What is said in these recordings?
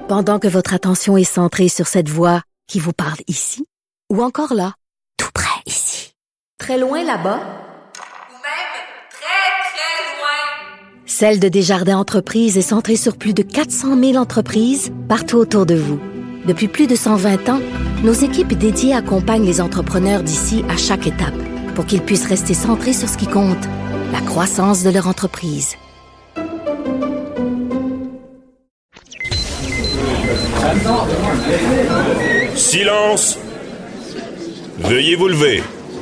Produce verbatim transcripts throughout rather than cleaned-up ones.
Pendant que votre attention est centrée sur cette voix qui vous parle ici, ou encore là, tout près ici, très loin là-bas, ou même très, très loin, Celle de Desjardins Entreprises est centrée sur plus de quatre cent mille entreprises partout autour de vous. Depuis plus de cent vingt ans, nos équipes dédiées accompagnent les entrepreneurs d'ici à chaque étape pour qu'ils puissent rester centrés sur ce qui compte, la croissance de leur entreprise. Silence! Veuillez vous lever.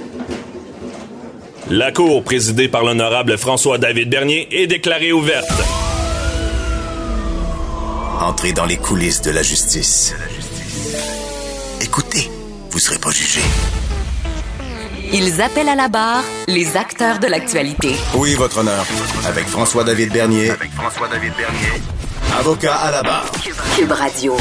La cour, présidée par l'honorable François-David Bernier, est déclarée ouverte. Entrez dans les coulisses de la justice. Écoutez, vous serez pas jugé. Ils appellent à la barre les acteurs de l'actualité. Oui, votre honneur. Avec François-David Bernier. Avec François-David Bernier. Avocat à la barre. Cube Radio.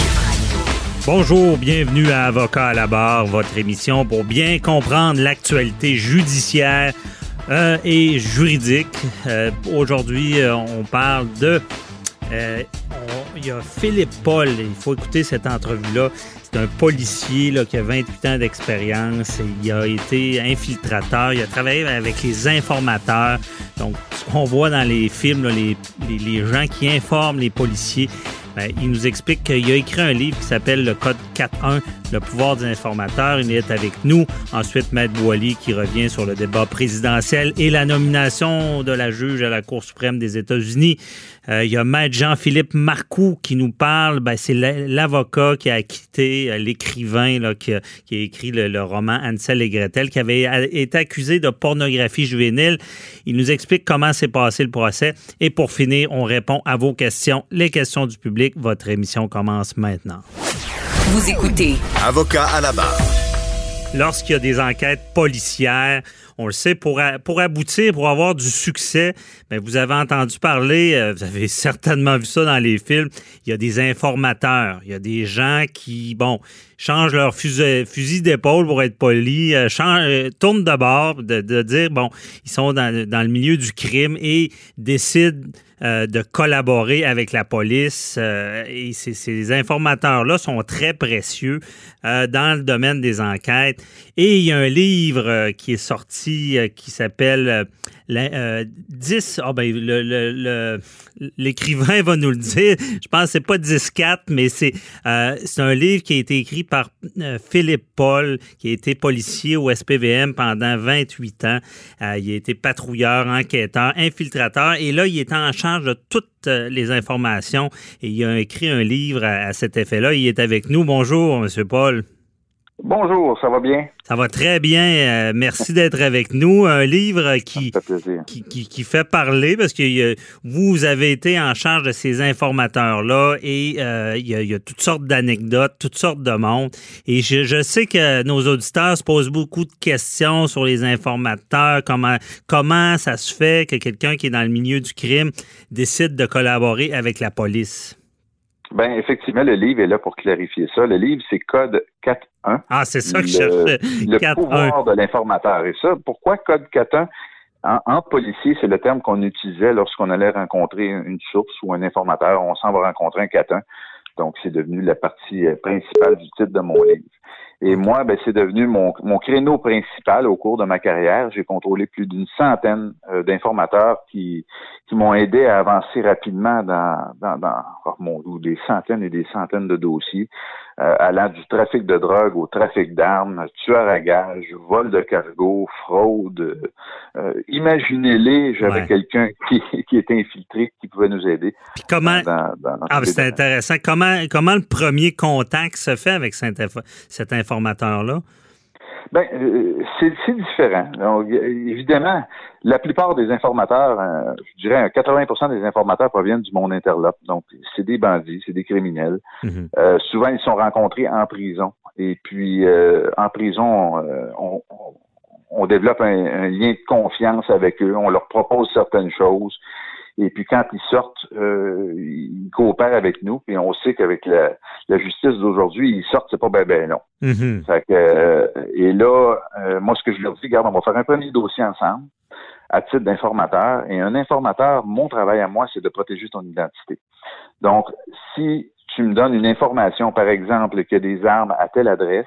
Bonjour, bienvenue à Avocat à la barre, votre émission pour bien comprendre l'actualité judiciaire euh, et juridique. Euh, aujourd'hui, euh, on parle de... Euh, on, il y a Philippe Paul, il faut écouter cette entrevue-là. C'est un policier là, qui a vingt-huit ans d'expérience. Il a été infiltrateur. Il a travaillé avec les informateurs. Donc, ce qu'on voit dans les films, là, les, les, les gens qui informent les policiers, ben, il nous explique qu'il a écrit un livre qui s'appelle Le Code quatre un, le pouvoir des informateurs. Il est avec nous. Ensuite, Maître Boily qui revient sur le débat présidentiel et la nomination de la juge à la Cour suprême des États-Unis. Euh, il y a Maître Jean-Philippe Marcoux qui nous parle. Ben, c'est l'avocat qui a acquitté l'écrivain là, qui, a, qui a écrit le, le roman Hansel et Gretel, qui avait été accusé de pornographie juvénile. Il nous explique comment s'est passé le procès. Et pour finir, on répond à vos questions, les questions du public. Votre émission commence maintenant. Vous écoutez Avocat à la barre. Lorsqu'il y a des enquêtes policières, on le sait, pour, pour aboutir, pour avoir du succès, bien, vous avez entendu parler, vous avez certainement vu ça dans les films, il y a des informateurs, il y a des gens qui, bon, changent leur fusil, fusil d'épaule pour être polis, euh, change, euh, tournent de bord, de, de dire, bon, ils sont dans, dans le milieu du crime et décident euh, de collaborer avec la police. Euh, et ces, ces informateurs-là sont très précieux euh, dans le domaine des enquêtes. Et il y a un livre euh, qui est sorti euh, qui s'appelle euh, euh, dix... Oh ben, le, le, le, l'écrivain va nous le dire. Je pense que c'est pas dix quatre, mais c'est, euh, c'est un livre qui a été écrit par euh, Philippe Paul, qui a été policier au S P V M pendant vingt-huit ans. Euh, il a été patrouilleur, enquêteur, infiltrateur, et là, il est en charge de toutes euh, les informations, et il a écrit un livre à, à cet effet-là. Il est avec nous. Bonjour, M. Paul. Bonjour, ça va bien? Ça va très bien. Euh, merci d'être avec nous. Un livre qui, qui, qui, qui fait parler parce que euh, vous avez été en charge de ces informateurs-là et euh, il, y a, il y a toutes sortes d'anecdotes, toutes sortes de monde. Et je, je sais que nos auditeurs se posent beaucoup de questions sur les informateurs, comment, comment ça se fait que quelqu'un qui est dans le milieu du crime décide de collaborer avec la police. Ben effectivement, le livre est là pour clarifier ça. Le livre, c'est Code quatre un. Ah, c'est ça que je le, cherchais. Le quatre un. pouvoir de l'informateur. Et ça, pourquoi Code quatre un? En, en policier, c'est le terme qu'on utilisait lorsqu'on allait rencontrer une source ou un informateur. On s'en va rencontrer un quatre un. Donc, c'est devenu la partie principale du titre de mon livre. Et moi, ben, c'est devenu mon, mon créneau principal au cours de ma carrière. J'ai contrôlé plus d'une centaine euh, d'informateurs qui, qui m'ont aidé à avancer rapidement dans, dans, dans oh mon Dieu, des centaines et des centaines de dossiers, euh, allant du trafic de drogue au trafic d'armes, tueur à gages, vol de cargo, fraude. Euh, imaginez-les, j'avais ouais. quelqu'un qui, qui était infiltré, qui pouvait nous aider. Puis comment, dans, dans, dans ah, c'est intéressant. Comment, comment le premier contact se fait avec cet, inf- cet informateur-là? Ben, euh, c'est, c'est différent. Donc, évidemment, la plupart des informateurs, euh, je dirais quatre-vingts pour cent des informateurs proviennent du monde interlope. Donc, c'est des bandits, c'est des criminels. Mm-hmm. Euh, souvent, ils sont rencontrés en prison. Et puis, euh, en prison, euh, on, on, on développe un, un lien de confiance avec eux. On leur propose certaines choses. Et puis quand ils sortent, euh, ils coopèrent avec nous. Puis on sait qu'avec la, la justice d'aujourd'hui, ils sortent, c'est pas ben ben long. Mm-hmm. Fait que, euh, et là, euh, moi, ce que je leur dis, regarde, on va faire un premier dossier ensemble à titre d'informateur. Et un informateur, mon travail à moi, c'est de protéger ton identité. Donc, si tu me donnes une information, par exemple, qu'il y a des armes à telle adresse,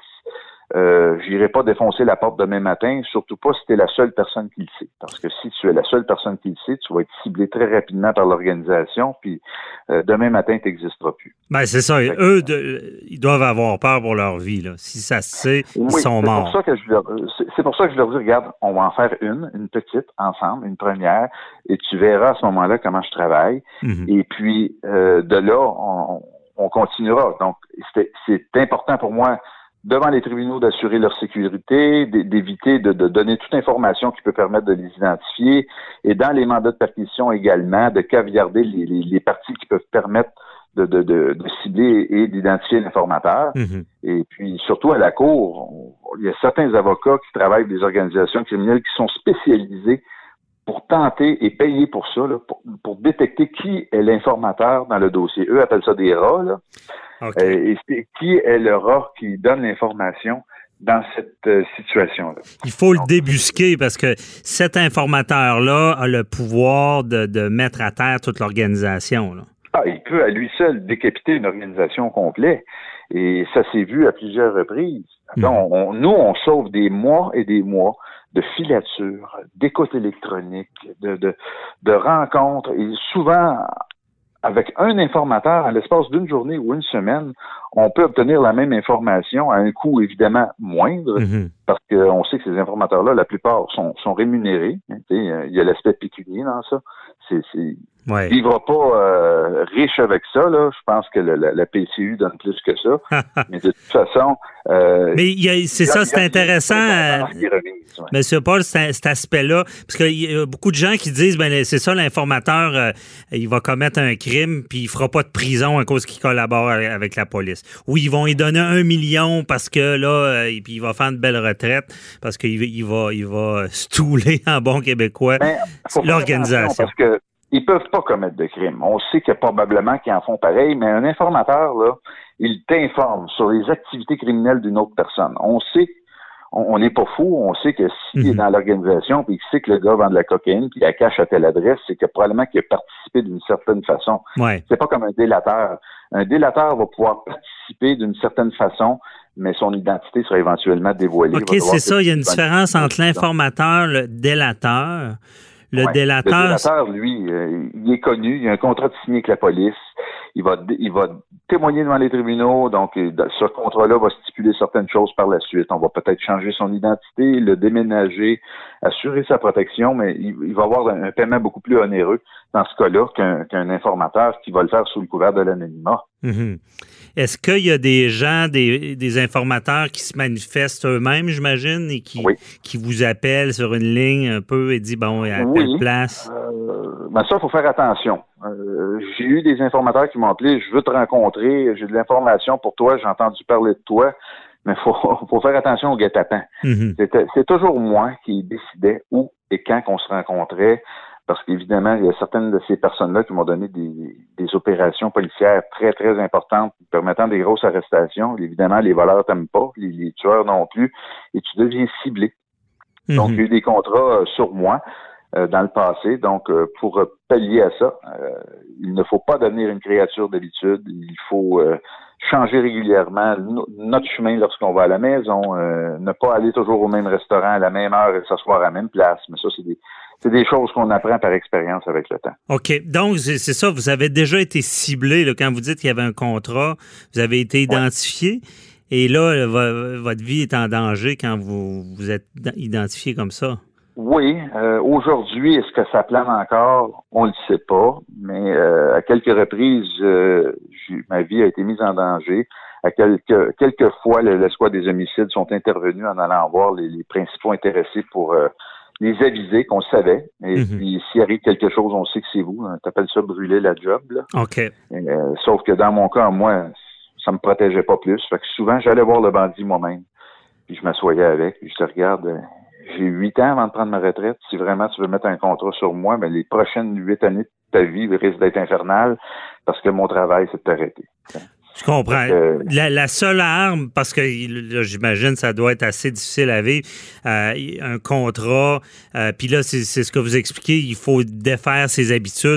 euh, j'irai pas défoncer la porte demain matin, surtout pas si tu es la seule personne qui le sait. Parce que si tu es la seule personne qui le sait, tu vas être ciblé très rapidement par l'organisation, puis euh, demain matin, tu n'existeras plus. Ben c'est ça. Eux, de, ils doivent avoir peur pour leur vie. Là. Si ça se sait, oui, ils sont c'est morts. Pour ça que je leur, c'est, c'est pour ça que je leur dis, regarde, on va en faire une, une petite, ensemble, une première, et tu verras à ce moment-là comment je travaille. Mm-hmm. Et puis, euh, de là, on, on continuera. Donc, c'est, c'est important pour moi devant les tribunaux d'assurer leur sécurité, d'éviter de, de donner toute information qui peut permettre de les identifier, et dans les mandats de perquisition également, de caviarder les, les, les parties qui peuvent permettre de, de, de, de cibler et d'identifier l'informateur. Mm-hmm. Et puis, surtout à la Cour, on, il y a certains avocats qui travaillent avec des organisations criminelles qui sont spécialisés pour tenter et payer pour ça, là, pour, pour détecter qui est l'informateur dans le dossier. Eux appellent ça des rats, là. Okay. Euh, et c'est qui est le rat qui donne l'information dans cette euh, situation-là. Il faut le débusquer parce que cet informateur-là a le pouvoir de, de mettre à terre toute l'organisation, là. Ah, il peut à lui seul décapiter une organisation complète. Et ça s'est vu à plusieurs reprises. Mmh. Donc, on, nous, on sauve des mois et des mois de filatures, d'écoute électronique, de, de, de rencontres. Et souvent, avec un informateur, à l'espace d'une journée ou une semaine, on peut obtenir la même information à un coût évidemment moindre, mmh. parce qu'on sait que ces informateurs-là, la plupart sont, sont rémunérés. Hein, il y a l'aspect pécunier dans ça. C'est, c'est, ouais. Il ne vivra pas euh, riche avec ça. Là. Je pense que le, la, la P C U donne plus que ça. Mais de toute façon... Euh, Mais il y a, c'est ça, c'est intéressant. Euh, remise, ouais. Monsieur Paul, c'est, cet aspect-là, parce qu'il y a beaucoup de gens qui disent, ben c'est ça, l'informateur, euh, il va commettre un crime, puis il fera pas de prison à cause qu'il collabore avec la police. Oui, ils vont lui donner un million parce que là, et puis il va faire une belle retraite parce qu'il il va, il va stouler en bon québécois ben, l'organisation. Parce que ils peuvent pas commettre de crime. On sait qu'il y a probablement qui en font pareil, mais un informateur, là, il t'informe sur les activités criminelles d'une autre personne. On sait, on n'est pas fou, on sait que s'il mm-hmm. est dans l'organisation puis qu'il sait que le gars vend de la cocaïne puis il la cache à telle adresse, c'est que probablement qu'il a participé d'une certaine façon. Ouais. C'est pas comme un délateur. Un délateur va pouvoir participer d'une certaine façon, mais son identité sera éventuellement dévoilée. OK, c'est ça. Il y a une différence entre l'informateur, le délateur. Le, ouais, délateur, le délateur, lui, euh, il est connu, il a un contrat de signé avec la police, il va, il va témoigner devant les tribunaux, donc ce contrat-là va stipuler certaines choses par la suite. On va peut-être changer son identité, le déménager, assurer sa protection, mais il, il va avoir un, un paiement beaucoup plus onéreux dans ce cas-là qu'un, qu'un informateur qui va le faire sous le couvert de l'anonymat. Mm-hmm. Est-ce qu'il y a des gens, des, des informateurs qui se manifestent eux-mêmes, j'imagine, et qui, oui. qui vous appellent sur une ligne un peu et disent, bon, à oui. telle place? Euh, ben ça, il faut faire attention. Euh, j'ai eu des informateurs qui m'ont appelé, je veux te rencontrer, j'ai de l'information pour toi, j'ai entendu parler de toi, mais il faut, faut faire attention au guet-apens. Mm-hmm. C'est, c'est toujours moi qui décidais où et quand qu'on se rencontrait, parce qu'évidemment, il y a certaines de ces personnes-là qui m'ont donné des, des opérations policières très, très importantes permettant des grosses arrestations. Évidemment, les voleurs t'aiment pas, les, les tueurs non plus, et tu deviens ciblé. Mm-hmm. Donc, il y a eu des contrats euh, sur moi euh, dans le passé. Donc, euh, pour pallier à ça, euh, il ne faut pas devenir une créature d'habitude. Il faut euh, changer régulièrement no- notre chemin lorsqu'on va à la maison, euh, ne pas aller toujours au même restaurant à la même heure et s'asseoir à la même place. Mais ça, c'est des... C'est des choses qu'on apprend par expérience avec le temps. OK. Donc, c'est, c'est ça, vous avez déjà été ciblé, là, quand vous dites qu'il y avait un contrat, vous avez été identifié, ouais. Et là, v- votre vie est en danger quand vous vous êtes identifié comme ça. Oui. Euh, aujourd'hui, est-ce que ça plane encore? On ne le sait pas, mais euh, à quelques reprises, euh, ma vie a été mise en danger. À quelques, quelques fois, le, le squad des homicides sont intervenus en allant voir les, les principaux intéressés pour... Euh, les aviser qu'on savait. Et mm-hmm. puis, s'il arrive quelque chose, on sait que c'est vous. Hein, t'appelles ça brûler la job, là. OK. Euh, sauf que dans mon cas, moi, ça me protégeait pas plus. Fait que souvent, j'allais voir le bandit moi-même. Puis je m'assoyais avec. Puis je te regarde, euh, j'ai huit ans avant de prendre ma retraite. Si vraiment tu veux mettre un contrat sur moi, ben, les prochaines huit années de ta vie risquent d'être infernales parce que mon travail, c'est de t'arrêter. Je comprends. Euh, la, la seule arme, parce que là, j'imagine ça doit être assez difficile à vivre, euh, un contrat, euh, puis là, c'est, c'est ce que vous expliquez, il faut défaire ses habitudes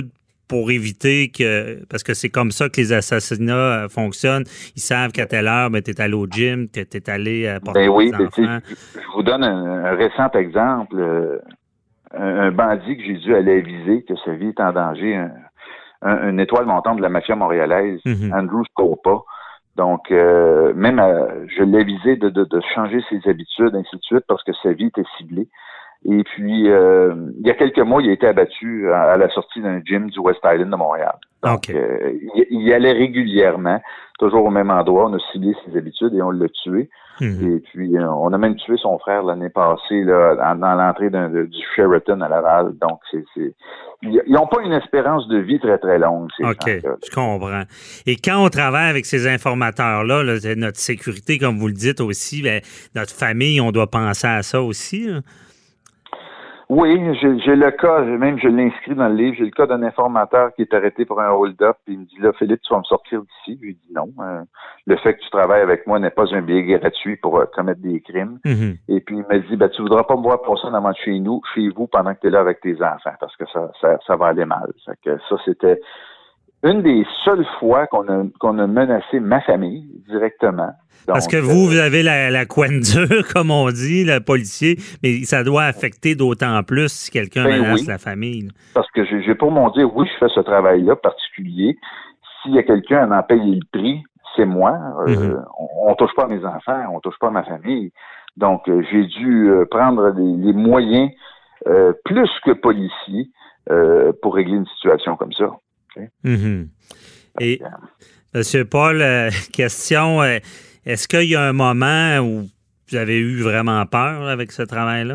pour éviter que... Parce que c'est comme ça que les assassinats euh, fonctionnent. Ils savent qu'à telle heure, ben, tu es allé au gym, que tu es allé euh, porter ben oui, tes enfants. Je vous donne un, un récent exemple. Euh, un, un bandit que j'ai dû aller viser, que sa vie est en danger, un, un, une étoile montante de la mafia montréalaise, mm-hmm. Andrew Scopa. Donc, euh, même euh, je l'ai visé de, de, de changer ses habitudes, ainsi de suite, parce que sa vie était ciblée. Et puis, euh, il y a quelques mois, il a été abattu à, à la sortie d'un gym du West Island de Montréal. Donc, okay. euh, il, il y allait régulièrement, toujours au même endroit. On a ciblé ses habitudes et on l'a tué. Mm-hmm. Et puis, euh, on a même tué son frère l'année passée là, dans, dans l'entrée d'un, de, du Sheraton à Laval. Donc, c'est, c'est ils n'ont pas une espérance de vie très, très longue. Ces OK, gens-là. Je comprends. Et quand on travaille avec ces informateurs-là, là, notre sécurité, comme vous le dites aussi, bien, notre famille, on doit penser à ça aussi, là. Oui, j'ai, j'ai le cas, même je l'ai inscrit dans le livre, j'ai le cas d'un informateur qui est arrêté pour un hold-up, et il me dit là, Philippe, tu vas me sortir d'ici. Je lui dis non. Euh, le fait que tu travailles avec moi n'est pas un billet gratuit pour euh, commettre des crimes. Mm-hmm. Et puis il m'a dit, ben tu voudras pas me voir pour ça dans chez nous, chez vous, pendant que tu es là avec tes enfants, parce que ça, ça, ça va aller mal. Ça, que ça, c'était une des seules fois qu'on a, qu'on a menacé ma famille directement. Donc, parce que vous, vous avez la, la couenne dure, comme on dit, le policier, mais ça doit affecter d'autant plus si quelqu'un ben menace oui, la famille. Là. Parce que j'ai, j'ai pour mon dire, oui, je fais ce travail-là particulier. S'il y a quelqu'un à en payer le prix, c'est moi. Mm-hmm. Euh, on, on touche pas à mes enfants, on touche pas à ma famille. Donc, euh, j'ai dû euh, prendre les, les moyens euh, plus que policiers euh, pour régler une situation comme ça. Okay? Mm-hmm. Et, M. Paul, euh, question... Euh, Est-ce qu'il y a un moment où vous avez eu vraiment peur avec ce travail-là?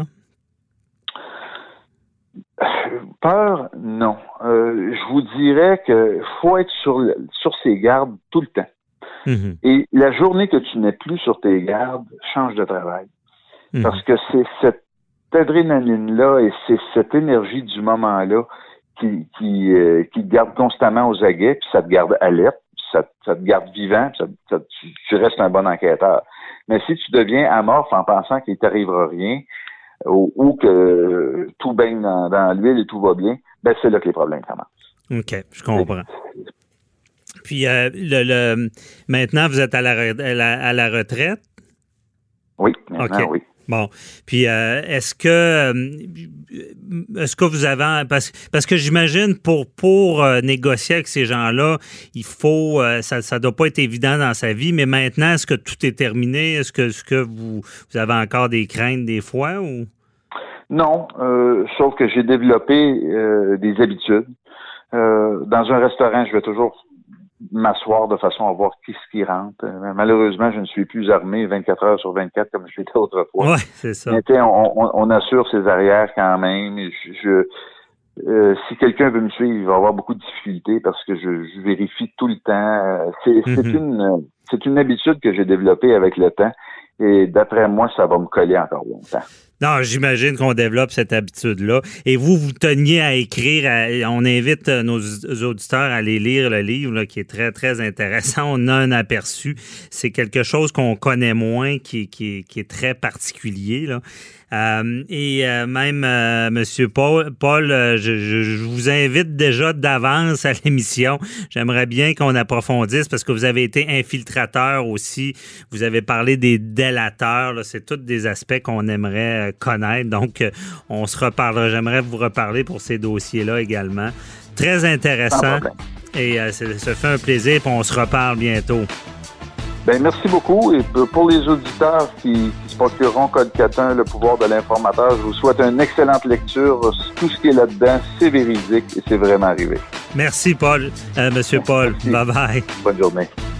Peur, non. Euh, je vous dirais qu'il faut être sur, le, sur ses gardes tout le temps. Mm-hmm. Et la journée que tu n'es plus sur tes gardes, change de travail. Mm-hmm. Parce que c'est cette adrénaline-là et c'est cette énergie du moment-là qui, qui, euh, qui te garde constamment aux aguets, puis ça te garde alerte. Ça, ça te garde vivant, ça, ça, tu, tu restes un bon enquêteur. Mais si tu deviens amorphe en pensant qu'il ne t'arrivera rien ou, ou que tout baigne dans, dans l'huile et tout va bien, ben c'est là que les problèmes commencent. OK, je comprends. C'est... Puis euh, le, le maintenant, vous êtes à la, à la, à la retraite? Oui, maintenant, okay. oui. Bon, puis euh, est-ce que euh, est-ce que vous avez parce, parce que j'imagine pour pour euh, négocier avec ces gens-là, il faut euh, ça ça doit pas être évident dans sa vie, mais maintenant est-ce que tout est terminé? Est-ce que est-ce que vous vous avez encore des craintes des fois ou Non, euh, sauf que j'ai développé euh, des habitudes. Euh, dans un restaurant, je vais toujours m'asseoir de façon à voir qui ce qui rentre. Malheureusement, je ne suis plus armé vingt-quatre heures sur vingt-quatre comme je l'étais autrefois. Oui, c'est ça. Mais on, on, on assure ses arrières quand même. Je, je, euh, si quelqu'un veut me suivre, il va avoir beaucoup de difficultés parce que je, je vérifie tout le temps. C'est, mm-hmm. c'est, une, c'est une habitude que j'ai développée avec le temps et d'après moi, ça va me coller encore longtemps. Non, j'imagine qu'on développe cette habitude-là. Et vous, vous teniez à écrire, à, on invite nos auditeurs à aller lire le livre là, qui est très, très intéressant. On a un aperçu. C'est quelque chose qu'on connaît moins, qui, qui, qui est très particulier, là. Euh, et euh, même, euh, M. Paul, Paul euh, je, je, je vous invite déjà d'avance à l'émission. J'aimerais bien qu'on approfondisse parce que vous avez été infiltrateur aussi. Vous avez parlé des délateurs. Là. C'est tous des aspects qu'on aimerait euh, connaître. Donc, euh, on se reparlera. J'aimerais vous reparler pour ces dossiers-là également. Très intéressant. Et euh, c'est, ça fait un plaisir. Puis on se reparle bientôt. Ben merci beaucoup. Et pour les auditeurs qui, qui se procureront Code Catin, le pouvoir de l'informateur, je vous souhaite une excellente lecture. Tout ce qui est là-dedans, c'est véridique et c'est vraiment arrivé. Merci, Paul. Euh, Monsieur Paul. Merci. Bye-bye. Bonne journée.